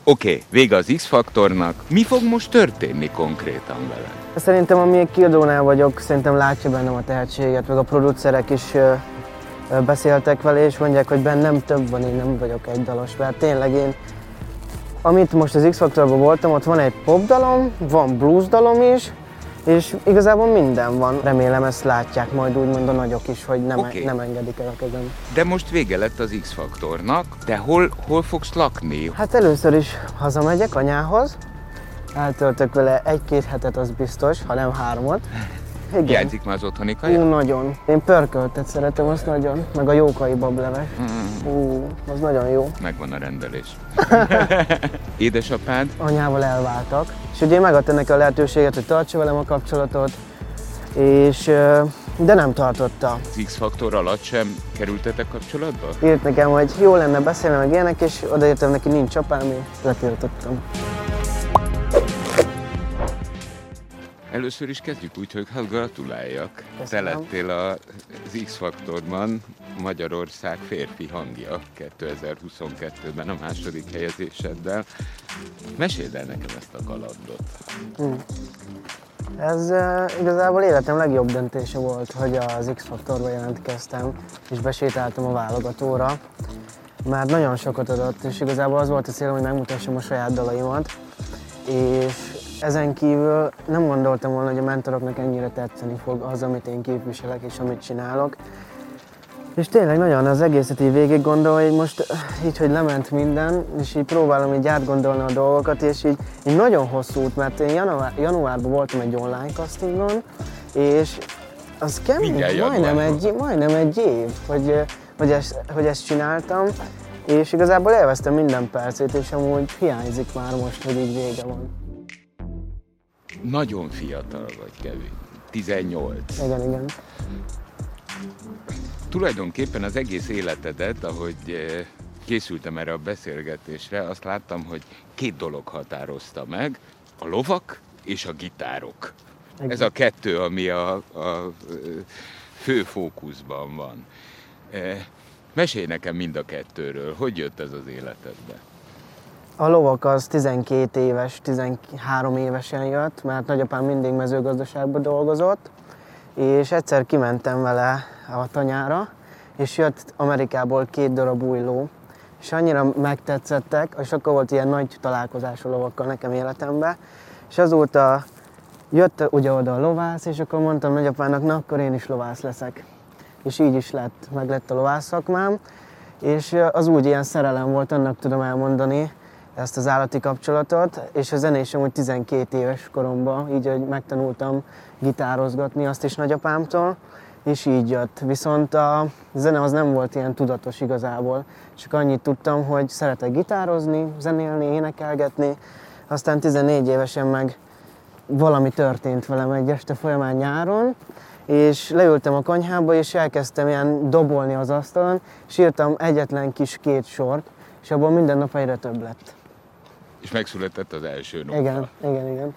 Oké, vége az X-faktornak. Mi fog most történni konkrétan vele? Szerintem, amíg Kildónál vagyok, szerintem látja bennem a tehetséget, meg a producerek is beszéltek vele, és mondják, hogy bennem több van, én nem vagyok egy dalos, mert tényleg én, amit most az X-faktorban voltam, ott van egy popdalom, van bluesdalom is, és igazából minden van. Remélem ezt látják majd úgymond a nagyok is, hogy nem engedik el a kezem. De most vége lett az X-faktornak, de hol fogsz lakni? Hát először is hazamegyek anyához, eltöltök vele 1-2 hetet, az biztos, ha nem 3-at. Igen. Hiányzik már az otthoni kaja? Nagyon. Én pörköltet szeretem, azt nagyon, meg a jókai bableves. Az nagyon jó. Megvan a rendelés. Édesapád? Anyával elváltak, és ugye én megadtam neki a lehetőséget, hogy tartsa velem a kapcsolatot, és de nem tartotta. Az X-faktor alatt sem kerültetek kapcsolatba? Írt nekem, hogy jó lenne beszélni meg ilyenek, és odaírtam neki, nincs apám, és letiltottam. Először is kezdjük úgy, hogy gratuláljak. Te lettél az X-faktorban Magyarország férfi hangja 2022-ben a második helyezéseddel. Meséld el nekem ezt a kalandot. Ez igazából életem legjobb döntése volt, hogy az X-faktorba jelentkeztem, és besétáltam a válogatóra. Már nagyon sokat adott, és igazából az volt a célom, hogy megmutassam a saját dalaimat. És ezen kívül nem gondoltam volna, hogy a mentoroknak ennyire tetszeni fog az, amit én képviselek és amit csinálok. És tényleg nagyon az egészet így végig gondolom, hogy most így, hogy lement minden, és így próbálom így átgondolni a dolgokat, és így nagyon hosszú út, mert én januárban voltam egy online castingon, és az kemény, majdnem egy év, hogy ezt csináltam, és igazából élveztem minden percét, és amúgy hiányzik már most, hogy így vége van. Nagyon fiatal vagy, Kevin. 18. Igen. Tulajdonképpen az egész életedet, ahogy készültem erre a beszélgetésre, azt láttam, hogy 2 dolog határozta meg, a lovak és a gitárok. Igen. Ez a 2, ami a fő fókuszban van. Mesélj nekem mind a 2-ről, hogy jött ez az életedbe? A lovak az 12 éves, 13 évesen jött, mert nagyapám mindig mezőgazdaságban dolgozott, és egyszer kimentem vele a tanyára, és jött Amerikából 2 darab új ló, és annyira megtetszettek, és akkor volt ilyen nagy találkozás a lovakkal nekem életemben, és azóta jött ugye oda a lovász, és akkor mondtam nagyapának, na akkor én is lovász leszek. És így is meg lett a lovász szakmám, és az úgy ilyen szerelem volt, annak tudom elmondani ezt az állati kapcsolatot, és a zenésem úgy 12 éves koromban, így hogy megtanultam gitározgatni azt is nagyapámtól, és így jött. Viszont a zene az nem volt ilyen tudatos igazából, csak annyit tudtam, hogy szeretek gitározni, zenélni, énekelgetni, aztán 14 évesen meg valami történt velem egy este folyamán nyáron, és leültem a konyhába, és elkezdtem ilyen dobolni az asztalon, és írtam egyetlen kis 2 sort, és abból minden nap egyre több lett. És megszületett az első nóta. Igen.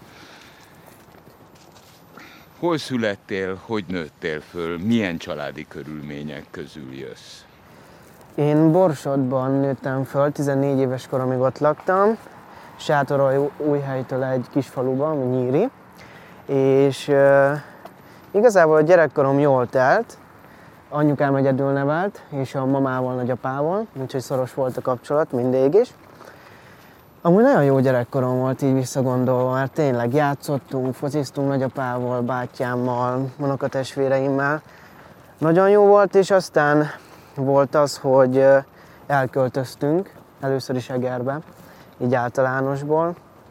Hol születtél, hogy nőttél föl, milyen családi körülmények közül jössz? Én Borsodban nőttem föl, 14 éves koromig ott laktam, Sátoralújhelytől egy kis faluban, Nyíri, és igazából a gyerekkorom jól telt, anyukám egyedül nevelt, és a mamával, nagyapával, úgyhogy szoros volt a kapcsolat mindig is. Amúgy nagyon jó gyerekkorom volt így visszagondolva, mert tényleg játszottunk, fociztunk nagyapával, bátyámmal, unokatestvéreimmel. Nagyon jó volt, és aztán volt az, hogy elköltöztünk, először is Egerbe, így általánosból.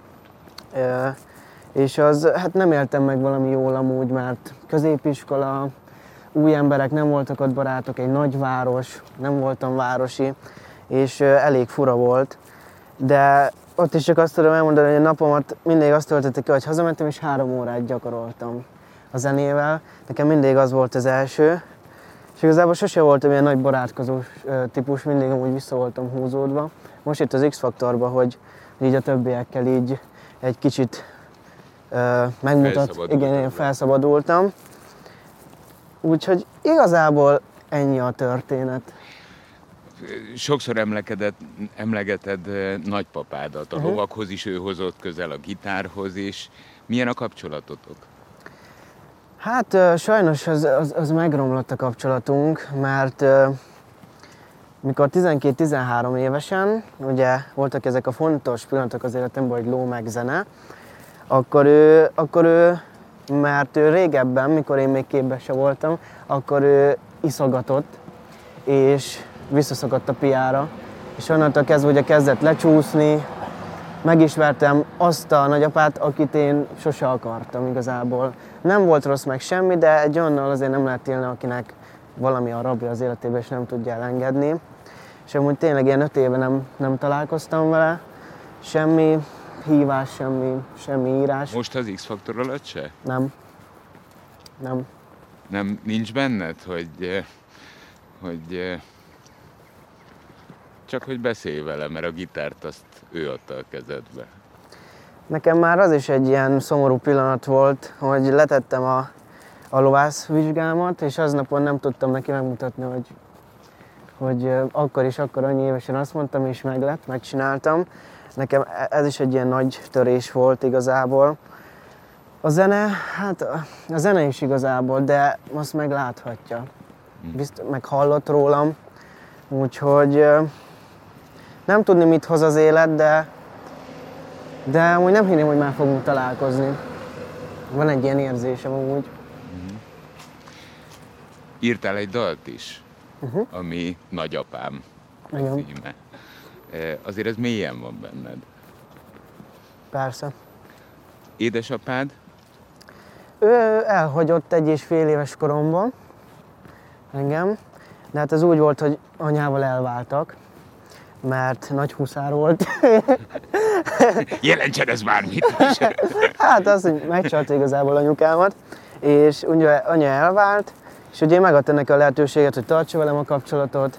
És az, hát nem éltem meg valami jól amúgy, mert középiskola, új emberek, nem voltak ott barátok, egy nagyváros, nem voltam városi, és elég fura volt. De ott is csak azt tudom elmondani, hogy a napomat mindig azt töltötte ki, hogy hazamentem, és 3 órát gyakoroltam a zenével. Nekem mindig az volt az első. És igazából sose voltam ilyen nagy barátkozós típus, mindig amúgy vissza voltam húzódva. Most itt az X-faktorban, hogy így a többiekkel így egy kicsit én felszabadultam. Úgyhogy igazából ennyi a történet. Sokszor emlegeted nagypapádat, a lovakhoz is ő hozott közel, a gitárhoz is. Milyen a kapcsolatotok? Hát sajnos az megromlott a kapcsolatunk, mert mikor 12-13 évesen, ugye voltak ezek a fontos pillanatok az életemben, hogy ló meg zene, akkor ő, mert ő régebben, mikor én még képben se voltam, akkor ő iszogatott, és visszaszakadt a piára, és onnantól kezdve ugye kezdett lecsúszni, megismertem azt a nagyapát, akit én sose akartam igazából. Nem volt rossz meg semmi, de egy olyannal azért nem lehet élni, akinek valami a rabja az életében, és nem tudja elengedni. És amúgy tényleg ilyen 5 éve nem találkoztam vele, semmi hívás, semmi írás. Most az X-faktor alatt se? Nem. Nem, nincs benned, hogy csak hogy beszélj vele, mert a gitárt azt ő adta a kezedbe. Nekem már az is egy ilyen szomorú pillanat volt, hogy letettem a lovászvizsgámat, és aznapon nem tudtam neki megmutatni, hogy akkor annyi évesen azt mondtam, és megcsináltam. Nekem ez is egy ilyen nagy törés volt igazából. A zene, hát a zene is igazából, de azt meg láthatja. Meg hallott rólam, úgyhogy nem tudni, mit hoz az élet, de amúgy nem hinném, hogy már fogunk találkozni. Van egy ilyen érzésem amúgy. Írtál egy dalt is, ami Nagyapám a címe. Azért ez mélyen van benned. Persze. Édesapád? Ő elhagyott 1,5 éves koromban engem, de hát ez úgy volt, hogy anyával elváltak, mert nagy huszár volt. Jelentsen ez bármit is. Hát az, hogy megcsalta igazából anyukámat, és ugye anya elvált, és ugye én megadtam neki a lehetőséget, hogy tartsa velem a kapcsolatot,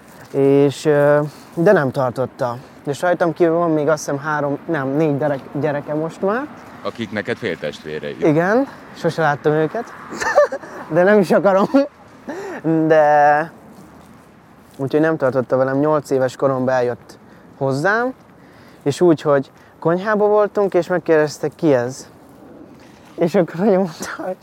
de nem tartotta. És rajtam kívül van még azt hiszem 4 gyereke most már. Akik neked féltestvéreid. Igen, sose láttam őket, de nem is akarom. De úgyhogy nem tartotta velem, 8 éves koromban eljött hozzám, és úgy, hogy konyhában voltunk, és megkérdezte, ki ez? És akkor anya mondta, hogy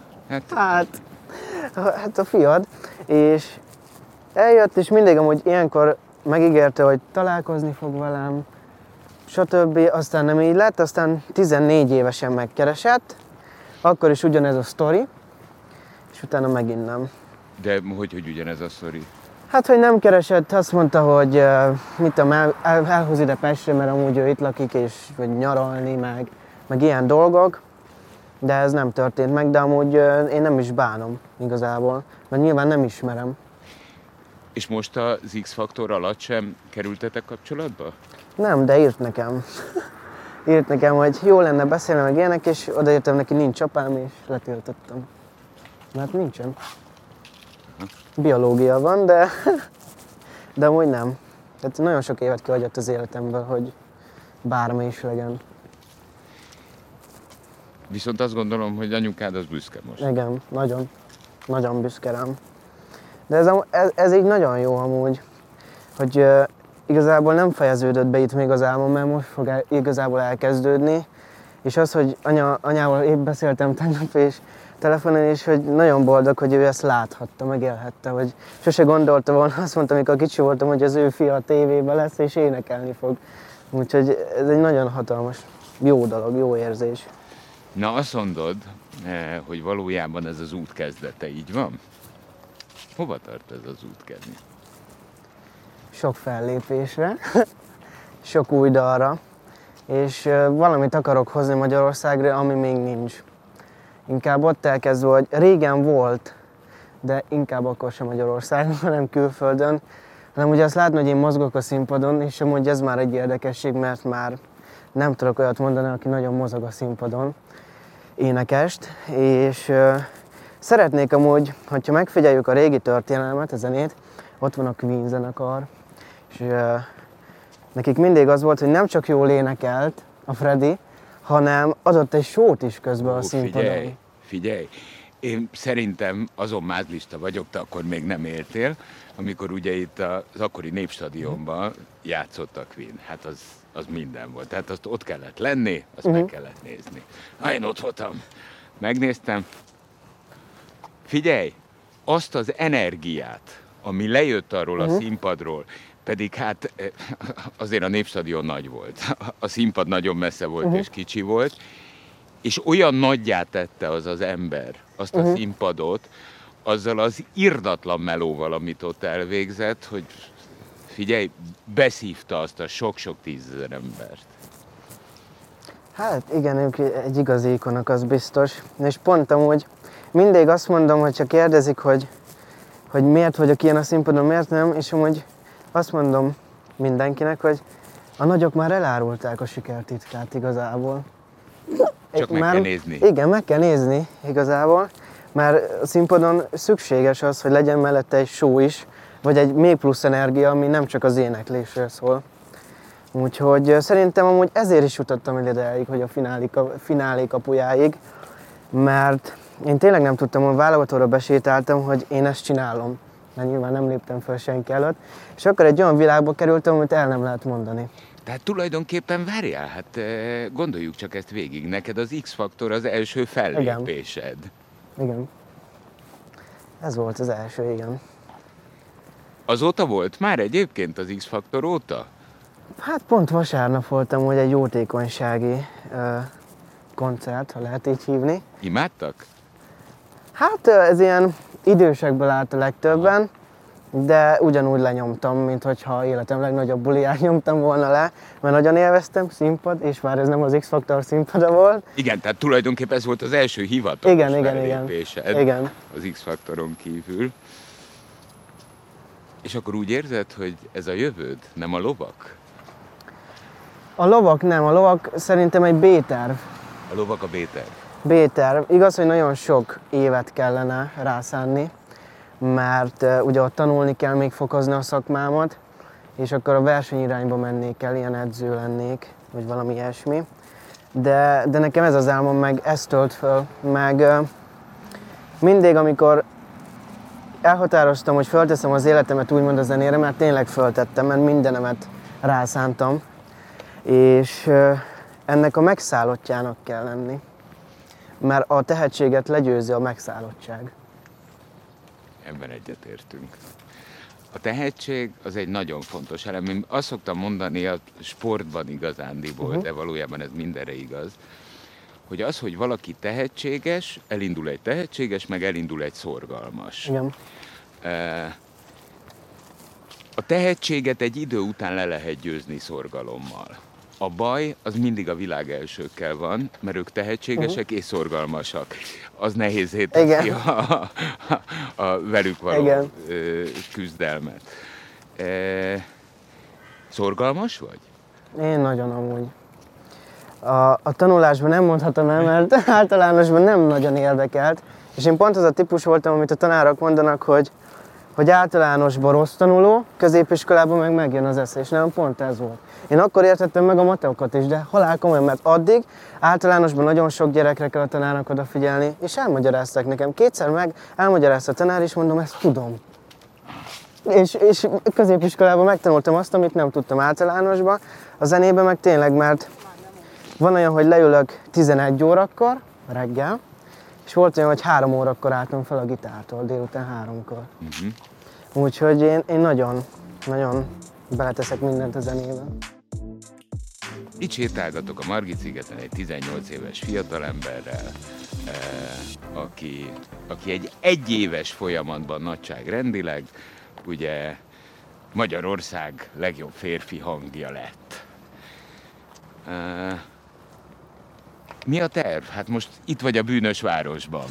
hát a fiad. És eljött, és mindig amúgy ilyenkor megígérte, hogy találkozni fog velem, stb. Aztán nem így lett, aztán 14 évesen megkeresett, akkor is ugyanez a sztori, és utána megint nem. De hogy ugyanez a sztori? Hát, hogy nem keresett, azt mondta, hogy mit tudom, elhoz ide Pestre, mert amúgy ő itt lakik, és vagy nyaralni, meg ilyen dolgok. De ez nem történt meg, de amúgy én nem is bánom igazából, mert nyilván nem ismerem. És most az X-faktor alatt sem kerültetek kapcsolatba? Nem, de írt nekem. Írt nekem, hogy jó lenne beszélni meg ilyenek, és odaírtam neki, nincs apám, és letiltottam. Mert nincsen. Biológia van, de amúgy nem. Tehát nagyon sok évet kihagyott az életemből, hogy bármi is legyen. Viszont azt gondolom, hogy anyukád az büszke most. Igen, nagyon. Nagyon büszke rám. De ez így nagyon jó amúgy, hogy igazából nem fejeződött be itt még az álmom, mert most fog igazából elkezdődni. És az, hogy anyával épp beszéltem tegnap, és telefonon is, hogy nagyon boldog, hogy ő ezt láthatta, megélhette, hogy sose gondolta volna, azt mondta, amikor kicsi voltam, hogy az ő fia a tévében lesz, és énekelni fog. Úgyhogy ez egy nagyon hatalmas, jó dolog, jó érzés. Na, azt mondod, hogy valójában ez az út kezdete, így van? Hova tart ez az út, Kenny? Sok fellépésre, sok új dalra, és valamit akarok hozni Magyarországra, ami még nincs. Inkább ott elkezdve, hogy régen volt, de inkább akkor sem Magyarországon, hanem külföldön. Hanem ugye azt látni, hogy én mozgok a színpadon, és amúgy ez már egy érdekesség, mert már nem tudok olyat mondani, aki nagyon mozog a színpadon, énekest. És szeretnék amúgy, hogyha megfigyeljük a régi történelmet, a zenét, ott van a Queen zenekar, és nekik mindig az volt, hogy nem csak jól énekelt a Freddy, hanem adott egy sót is közben a színpadon. Figyelj! Én szerintem azon mázlista vagyok, te akkor még nem éltél, amikor ugye itt az akkori Népstadionban játszott a Queen. Hát az minden volt. Tehát azt ott kellett lenni, azt meg kellett nézni. Én ott voltam. Megnéztem. Figyelj, azt az energiát, ami lejött arról a színpadról, pedig hát azért a Népstadion nagy volt. A színpad nagyon messze volt és kicsi volt, és olyan nagyjá tette az az ember azt a színpadot, azzal az irdatlan melóval, amit ott elvégzett, hogy figyelj, beszívta azt a sok-sok tízezer embert. Hát igen, ők egy igazi ikonak, az biztos. És pont amúgy mindig azt mondom, hogy csak kérdezik, hogy miért vagyok ilyen a színpadon, miért nem, és amúgy azt mondom mindenkinek, hogy a nagyok már elárulták a sikertitkát igazából. Csak meg kell nézni. Igen, meg kell nézni igazából, mert a színpadon szükséges az, hogy legyen mellette egy show is, vagy egy még plusz energia, ami nem csak az éneklésről szól. Úgyhogy szerintem amúgy ezért is jutottam el ideig, hogy a finálé kapujáig, mert én tényleg nem tudtam, hogy válogatóra besétáltam, hogy én ezt csinálom, mert nyilván nem léptem fel senki előtt, és akkor egy olyan világba kerültem, amit el nem lehet mondani. Tehát tulajdonképpen várjál, hát gondoljuk csak ezt végig, neked az X-faktor az első fellépésed. Igen. Ez volt az első, igen. Azóta volt már egyébként az X-faktor óta? Hát pont vasárnap voltam, hogy egy jótékonysági koncert, ha lehet így hívni. Imádtak? Hát ez ilyen idősekből állt a legtöbben, de ugyanúgy lenyomtam, mint hogyha életem legnagyobb buliját nyomtam volna le, mert nagyon élveztem, színpad, és már ez nem az X-faktor színpada volt. Igen, tehát tulajdonképpen ez volt az első hivatalos fellépésed igen. az X-faktoron kívül. És akkor úgy érzed, hogy ez a jövőd, nem a lovak? A lovak nem, a lovak szerintem egy B-terv. A lovak a B-terv? B-terv. Igaz, hogy nagyon sok évet kellene rászánni, mert ugye ott tanulni kell, még fokozni a szakmámat, és akkor a versenyirányba mennék el, ilyen edző lennék, vagy valami ilyesmi. De nekem ez az álmom, meg ez tölt föl, meg mindig, amikor elhatároztam, hogy fölteszem az életemet úgymond a zenére, mert tényleg föltettem, mert mindenemet rászántam, és ennek a megszállottjának kell lenni, mert a tehetséget legyőzi a megszállottság. Ebben egyetértünk. A tehetség az egy nagyon fontos elem. Én azt szoktam mondani a sportban igazándiból, de valójában ez mindenre igaz, hogy az, hogy valaki tehetséges, elindul egy tehetséges, meg elindul egy szorgalmas. Igen. A tehetséget egy idő után le lehet győzni szorgalommal. A baj az mindig a világ elsőkkel van, mert ők tehetségesek és szorgalmasak. Az nehézé teszi a velük való küzdelmet. Szorgalmas vagy? Én nagyon amúgy. A tanulásban nem mondhatom el, mert általánosban nem nagyon érdekelt. És én pont az a típus voltam, amit a tanárok mondanak, hogy általánosban rossz tanuló, középiskolában meg megjön az esze, és nem pont ez volt. Én akkor értettem meg a mateokat is, de halál komolyan, mert addig általánosban nagyon sok gyerekre kell a tanárnak odafigyelni, és elmagyarázták nekem. Kétszer meg elmagyarázta a tanár, és mondom, ezt tudom. És középiskolában megtanultam azt, amit nem tudtam általánosban, a zenében meg tényleg, mert van olyan, hogy leülök 11 órakor, reggel, és volt olyan, hogy 3 órakor álltam fel a gitártól, délután 3-kor. Úgyhogy én nagyon beleteszek mindent a zenében. Itt sétálgatok a Margit-szigeten egy 18 éves fiatalemberrel, aki egy egyéves folyamatban nagyságrendileg, ugye Magyarország legjobb férfi hangja lett. Mi a terv? Hát most itt vagy a bűnös városban.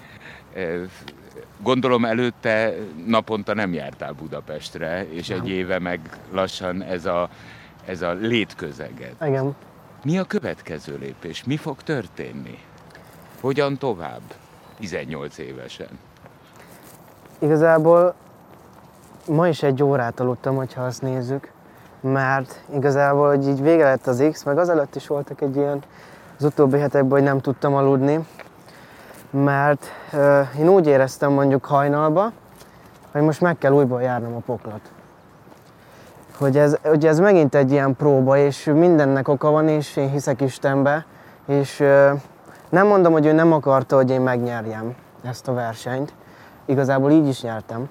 Gondolom előtte naponta nem jártál Budapestre, és egy éve meg lassan ez a létközeged. Igen. Mi a következő lépés? Mi fog történni? Hogyan tovább 18 évesen? Igazából ma is 1 órát aludtam, hogyha azt nézzük, mert igazából, hogy így vége lett az X, meg azelőtt is voltak egy ilyen az utóbbi hetekben, hogy nem tudtam aludni. mert én úgy éreztem mondjuk hajnalba, hogy most meg kell újból járnom a poklat. Hogy ez megint egy ilyen próba, és mindennek oka van, és én hiszek Istenbe, és nem mondom, hogy ő nem akarta, hogy én megnyerjem ezt a versenyt. Igazából így is nyertem,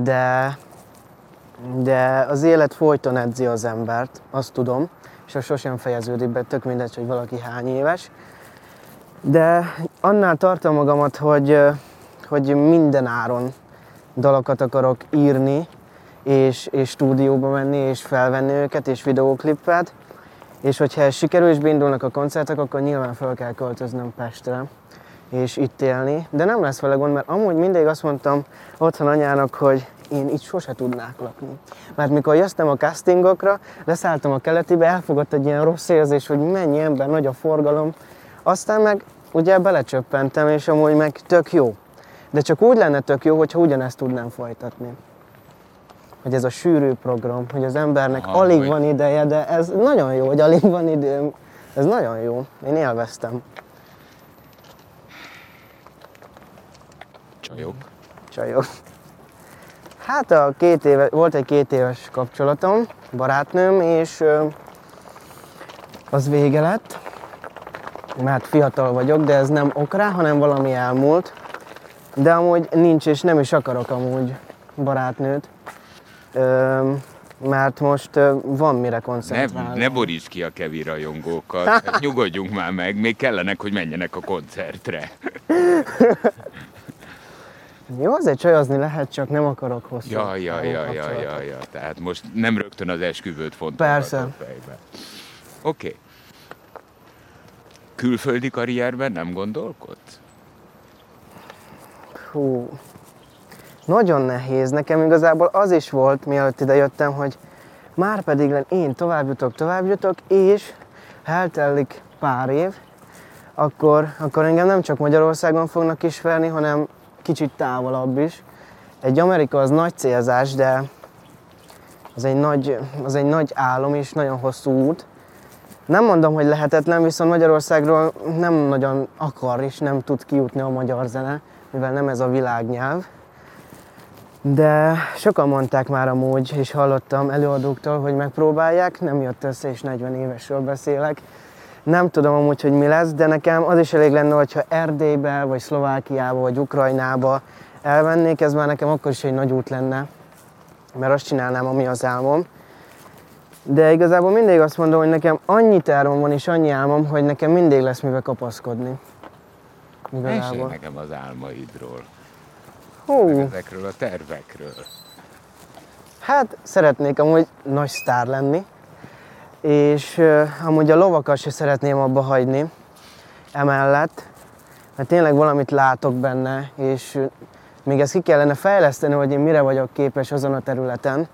de az élet folyton edzi az embert, azt tudom, és az sosem fejeződik be, tök mindegy, hogy valaki hány éves. De annál tartom magamat, hogy minden áron dalokat akarok írni, és stúdióba menni, és felvenni őket, és videóklipet. És hogyha ez sikerül, és beindulnak a koncertek, akkor nyilván fel kell költöznöm Pestre, és itt élni. De nem lesz vele gond, mert amúgy mindig azt mondtam otthon anyának, hogy én itt sose tudnák lakni. Mert mikor jöttem a castingokra, leszálltam a Keletibe, elfogott egy ilyen rossz érzés, hogy mennyi ember, nagy a forgalom. Aztán meg ugye belecsöppentem, és amúgy meg tök jó. De csak úgy lenne tök jó, hogyha ugyanezt tudnám folytatni. Hogy ez a sűrű program, hogy az embernek alig van ideje, de ez nagyon jó, hogy alig van időm. Ez nagyon jó. Én élveztem. Csajok. Hát volt egy 2 éves kapcsolatom, barátnőm, és az vége lett. Mert fiatal vagyok, de ez nem ok rá, hanem valami elmúlt. De amúgy nincs, és nem is akarok amúgy barátnőt. Mert most van mire koncentrálni. Ne borítsd ki a Kevin rajongókat, nyugodjunk már meg, még kellenek, hogy menjenek a koncertre. Jó, azért csajozni lehet, csak nem akarok hosszú. Ja. Tehát most nem rögtön az esküvőt fontolgatod a fejbe. Oké. Külföldi karrierben nem gondolkodsz? Hú, nagyon nehéz. Nekem igazából az is volt, mielőtt ide jöttem, hogy már pedig én tovább jutok, és ha eltelik pár év, akkor engem nem csak Magyarországon fognak ismerni, hanem kicsit távolabb is. Egy Amerika az nagy célzás, de az egy nagy álom és nagyon hosszú út. Nem mondom, hogy lehetetlen, viszont Magyarországról nem nagyon akar és nem tud kijutni a magyar zene, mivel nem ez a világnyelv. De sokan mondták már amúgy, és hallottam előadóktól, hogy megpróbálják, nem jött össze, és 40 évesről beszélek. Nem tudom amúgy, hogy mi lesz, de nekem az is elég lenne, hogyha Erdélybe, vagy Szlovákiába, vagy Ukrajnába elvennék, ez már nekem akkor is egy nagy út lenne, mert azt csinálnám, ami az álmom. De igazából mindig azt mondom, hogy nekem annyi tervem van és annyi álmom, hogy nekem mindig lesz mivel kapaszkodni. Mesélj nekem az álmaidról. Ezekről a tervekről. Hát szeretnék amúgy nagy sztár lenni, és amúgy a lovakat se szeretném abba hagyni emellett, mert tényleg valamit látok benne, és még ezt ki kellene fejleszteni, hogy én mire vagyok képes azon a területen.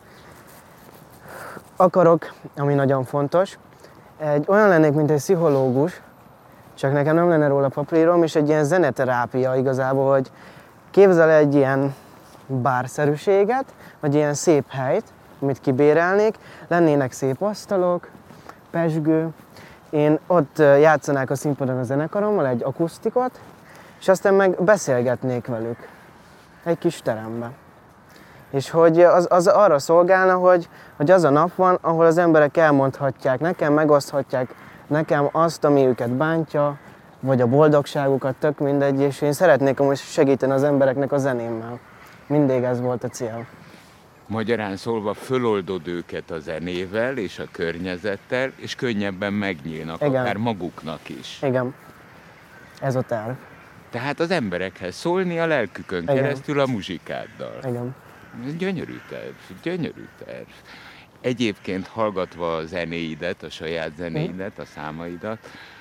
Akarok, ami nagyon fontos, olyan lennék, mint egy pszichológus, csak nekem nem lenne róla papírom, és egy ilyen zeneterápia igazából, hogy képzel egy ilyen bárszerűséget, vagy ilyen szép helyt, amit kibérelnék, lennének szép asztalok, pezsgő, én ott játszanák a színpadon a zenekarommal egy akusztikot, és aztán meg beszélgetnék velük egy kis teremben. És hogy az arra szolgálna, hogy az a nap van, ahol az emberek elmondhatják nekem, megoszthatják nekem azt, ami őket bántja, vagy a boldogságukat, tök mindegy, és én szeretnék amúgy segíteni az embereknek a zenémmel. Mindig ez volt a cél. Magyarán szólva föloldod őket a zenével és a környezettel, és könnyebben megnyílnak, igen, akár maguknak is. Igen, ez a terv. Tehát az emberekhez szólni a lelkükön igen, keresztül a muzsikáddal. Igen. Gyönyörű terv. Egyébként hallgatva a zenéidet, a saját zenéidet, a számaidat,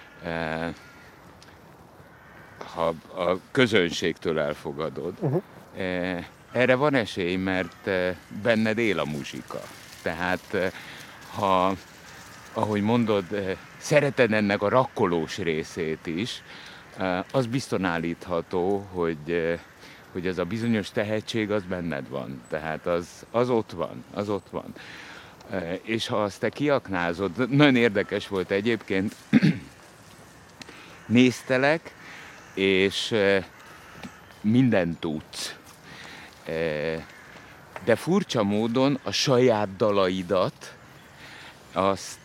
ha a közönségtől elfogadod, erre van esély, mert benned él a muzsika. Tehát, ha, ahogy mondod, szereted ennek a rakkolós részét is, az bizton állítható, hogy ez a bizonyos tehetség az benned van. Tehát az ott van. És ha azt te kiaknázod, nagyon érdekes volt egyébként, néztelek, és mindent tudsz, de furcsa módon a saját dalaidat, azt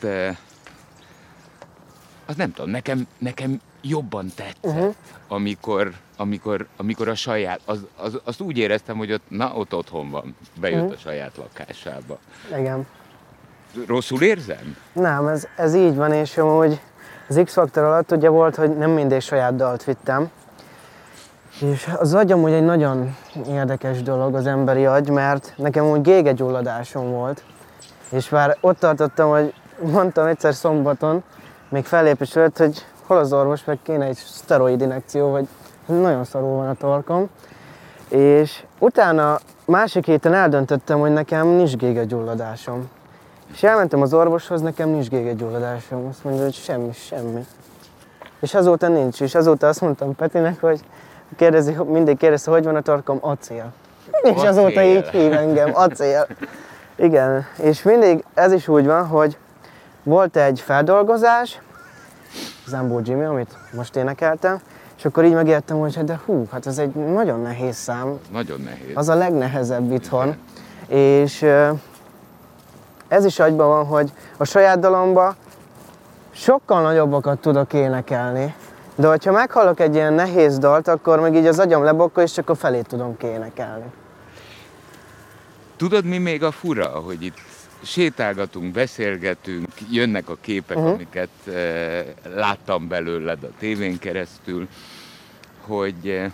nem tudom, nekem jobban tetszett, amikor a saját, azt úgy éreztem, hogy ott otthon van, bejött a saját lakásába. Igen. Rosszul érzem? Nem, ez így van, és amúgy az X-faktor alatt ugye volt, hogy nem mindig saját dalt vittem. És az agy amúgy egy nagyon érdekes dolog, az emberi agy, mert nekem úgy gégegyulladásom volt. És már ott tartottam, hogy mondtam egyszer szombaton, még fellépés előtt, hogy hol az orvos, meg kéne egy szteroid injekció, vagy nagyon szarul van a torkom. És utána másik héten eldöntöttem, hogy nekem nincs gégegyulladásom. És elmentem az orvoshoz, nekem nincs gégegyulladásom. Azt mondja, hogy semmi. És azóta nincs. És azóta azt mondtam Petinek, hogy mindig kérdezi, hogy van a torkom, acél. És azóta így hív engem, acél. Igen, és mindig ez is úgy van, hogy volt egy feldolgozás, Zambó Jimmy, amit most énekeltem, és akkor így megértem, hogy hát ez egy nagyon nehéz szám. Nagyon nehéz. Az a legnehezebb itthon. És ez is agyban van, hogy a saját dalomba sokkal nagyobbakat tudok énekelni, de hogyha meghallok egy ilyen nehéz dalt, akkor meg így az agyam lebokkol, és csak a felét tudom énekelni. Tudod, mi még a fura, hogy itt sétálgatunk, beszélgetünk, jönnek a képek, amiket láttam belőled a tévén keresztül, hogy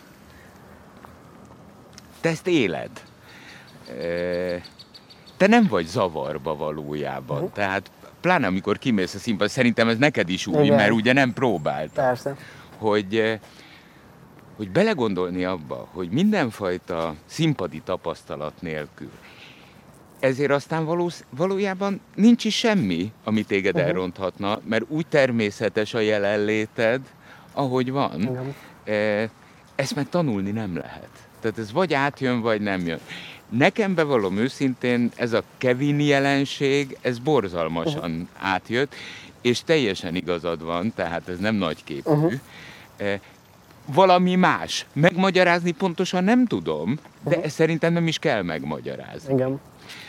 te ezt éled. Te nem vagy zavarba valójában, tehát pláne amikor kimész a színpadra, szerintem ez neked is új, mert ugye nem próbáltad. Persze. Hogy belegondolni abba, hogy mindenfajta színpadi tapasztalat nélkül, ezért aztán valójában nincs is semmi, ami téged elronthatna, mert úgy természetes a jelenléted, ahogy van. Ezt meg tanulni nem lehet. Tehát ez vagy átjön, vagy nem jön. Nekem bevallom őszintén, ez a Kevin jelenség, ez borzalmasan átjött, és teljesen igazad van, tehát ez nem nagyképű. Valami más. Megmagyarázni pontosan nem tudom, de ezt szerintem nem is kell megmagyarázni. Igen.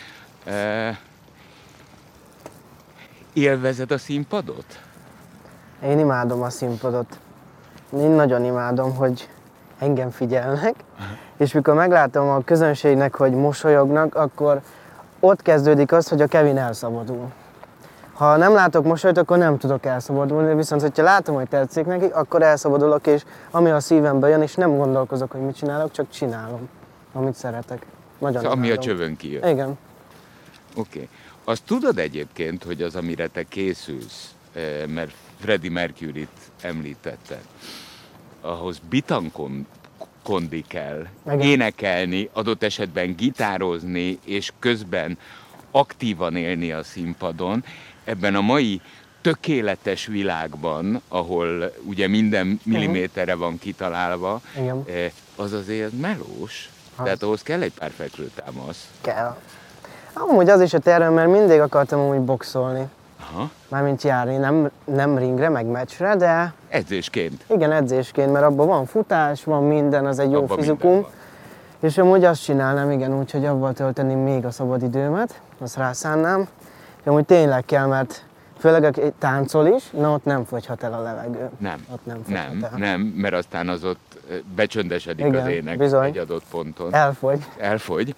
Élvezed a színpadot? Én imádom a színpadot. Én nagyon imádom, hogy engem figyelnek, és mikor meglátom a közönségnek, hogy mosolyognak, akkor ott kezdődik az, hogy a Kevin elszabadul. Ha nem látok mosolyt, akkor nem tudok elszabadulni, viszont hogyha látom, hogy tetszik nekik, akkor elszabadulok, és ami a szívembe jön, és nem gondolkozok, hogy mit csinálok, csak csinálom, amit szeretek. Nagyon szóval, ami a imádom. csövön kijön. Igen. Oké. Azt tudod egyébként, hogy az, amire te készülsz, mert Freddie Mercuryt említetted, ahhoz bitankondi kell, igen, énekelni, adott esetben gitározni, és közben aktívan élni a színpadon. Ebben a mai tökéletes világban, ahol ugye minden milliméterre van kitalálva, igen, az azért melós. Tehát ahhoz kell egy pár fekvőtámasz. kell. Amúgy az is a tervem, mert mindig akartam amúgy boxolni. Aha. Mármint járni, nem ringre, meg meccsre, de Edzésként. igen, edzésként, mert abban van futás, van minden, az egy jó Abba fizikum. És amúgy azt csinálnám, igen, úgyhogy abban tölteném még a szabad időmet, azt rászánnám. És amúgy tényleg kell, mert főleg aki táncol is, na ott nem fogyhat el a levegő. Nem, Ott nem fogyhat el. nem, mert aztán az ott becsöndesedik igen, az ének bizony. egy adott ponton. Elfogy.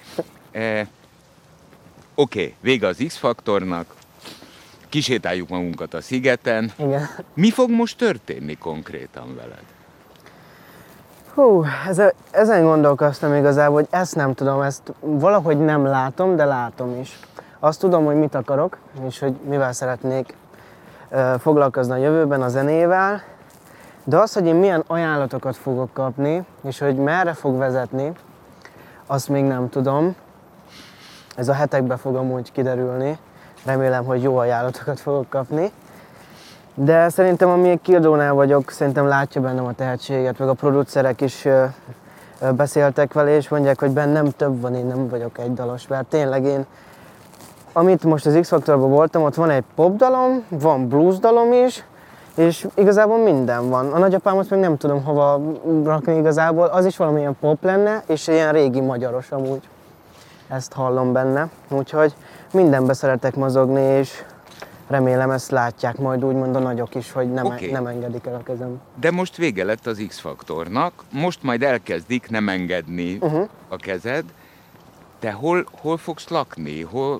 Oké, vége az X-faktornak, kisétáljuk magunkat a szigeten. Igen. Mi fog most történni konkrétan veled? Hú, ezen gondolkoztam igazából, hogy ezt nem tudom, ezt valahogy nem látom, de látom is. Azt tudom, hogy mit akarok, és hogy mivel szeretnék foglalkozni a jövőben a zenével, de az, hogy én milyen ajánlatokat fogok kapni, és hogy merre fog vezetni, azt még nem tudom. Ez a hetekben fog amúgy kiderülni. Remélem, hogy jó ajánlatokat fogok kapni. De szerintem, amíg Kildónál vagyok, szerintem látja bennem a tehetséget, meg a producerek is beszéltek vele, és mondják, hogy bennem több van, én nem vagyok egy dalos, mert tényleg én, amit most az X-faktorban voltam, ott van egy pop dalom, van blues dalom is, És igazából minden van. A nagyapámot meg nem tudom hova rakni igazából, az is valamilyen pop lenne, és ilyen régi magyaros amúgy. Ezt hallom benne. Úgyhogy mindenbe szeretek mozogni, és remélem ezt látják majd úgymond a nagyok is, hogy nem engedik el a kezem. De most vége lett az X-faktornak, most majd elkezdik nem engedni a kezed. Te hol fogsz lakni?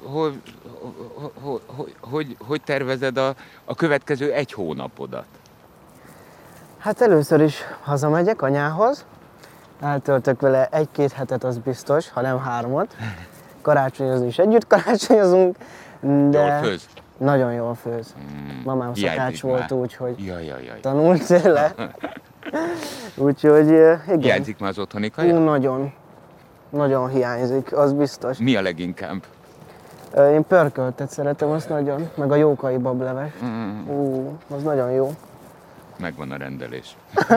Hogy tervezed a következő 1 hónapodat? Hát először is hazamegyek anyához, eltöltök vele 1-2 hetet, az biztos, ha nem 3-at. Karácsonyozni is együtt karácsonyozunk, de jól főz? Nagyon jól főz. Mamám szakács volt, úgyhogy Jaj. tanult tőle. Úgyhogy igen. Hiányzik már az otthoni kaja? Nagyon. Nagyon hiányzik, az biztos. Mi a leginkább? Én pörköltet szeretem, azt nagyon, meg a jókai bableves. Az nagyon jó. Megvan a rendelés.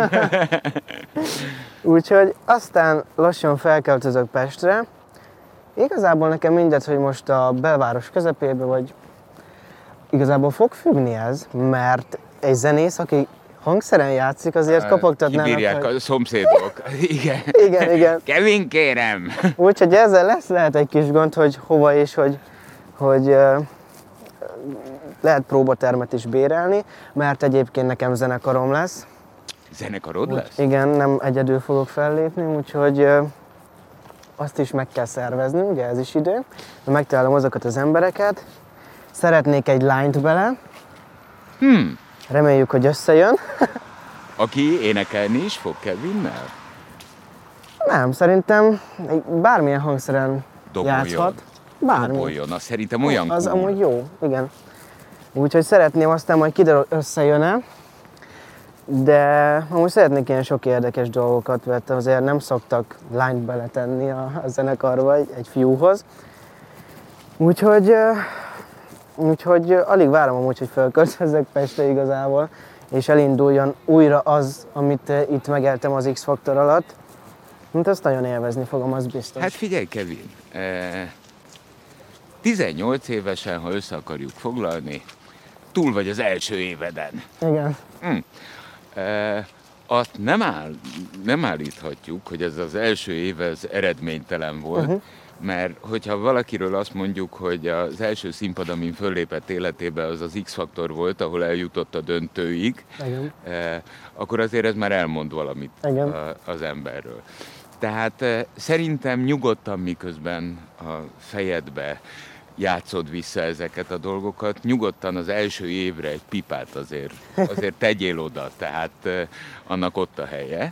Úgyhogy aztán lassan felköltözök Pestre. Igazából nekem mindegy, hogy most a belváros közepébe vagy. Igazából fog függni ez, mert egy zenész, aki hangszeren játszik, azért kopogtatnának, kibírják a szomszédok. Igen. Igen. Kevin, kérem! Úgyhogy ezzel lehet egy kis gond, hogy hova és hogy lehet próbatermet is bérelni, mert egyébként nekem zenekarom lesz. Zenekarod lesz? Igen, nem egyedül fogok fellépni, úgyhogy azt is meg kell szervezni, ugye ez is idő. Megtalálom azokat az embereket. Szeretnék egy lányt bele. Reméljük, hogy összejön. Aki énekelni is fog Kevinnel? Nem, szerintem bármilyen hangszeren játszhat. Bármi. Doboljon, az szerintem olyan Az cool. amúgy jó, igen. Úgyhogy szeretném, aztán majd kiderül, összejön-e. De amúgy szeretnék ilyen sok érdekes dolgokat, mert azért nem szoktak lányt beletenni a zenekarba egy fiúhoz. Úgyhogy alig várom amúgy, hogy felköltözzek Pestre igazából, és elinduljon újra az, amit itt megéltem az X-faktor alatt. Mint azt nagyon élvezni fogom, az biztos. Hát figyelj, Kevin, 18 évesen, ha össze akarjuk foglalni, túl vagy az első éveden. Igen. Azt nem állíthatjuk, hogy ez az első év ez eredménytelen volt, mert hogyha valakiről azt mondjuk, hogy az első színpad, amin föllépett életébe, az az X-faktor volt, ahol eljutott a döntőig, akkor azért ez már elmond valamit az emberről. Tehát szerintem nyugodtan, miközben a fejedbe játszod vissza ezeket a dolgokat, nyugodtan az első évre egy pipát azért tegyél oda, tehát annak ott a helye.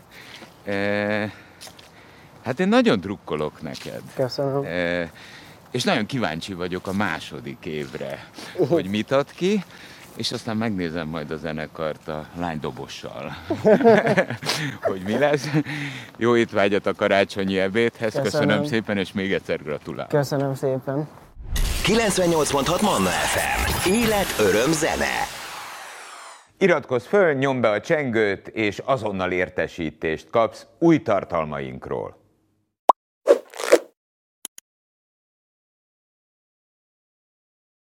Hát én nagyon drukkolok neked. Köszönöm. És nagyon kíváncsi vagyok a második évre, hogy mit ad ki, és aztán megnézem majd a zenekart a lánydobossal, hogy mi lesz. Jó étvágyat a karácsonyi ebédhez, köszönöm szépen, és még egyszer gratulálok. Köszönöm szépen. 98.6 Manna FM. Élet, öröm, zene. Iratkozz föl, nyomd be a csengőt, és azonnal értesítést kapsz új tartalmainkról.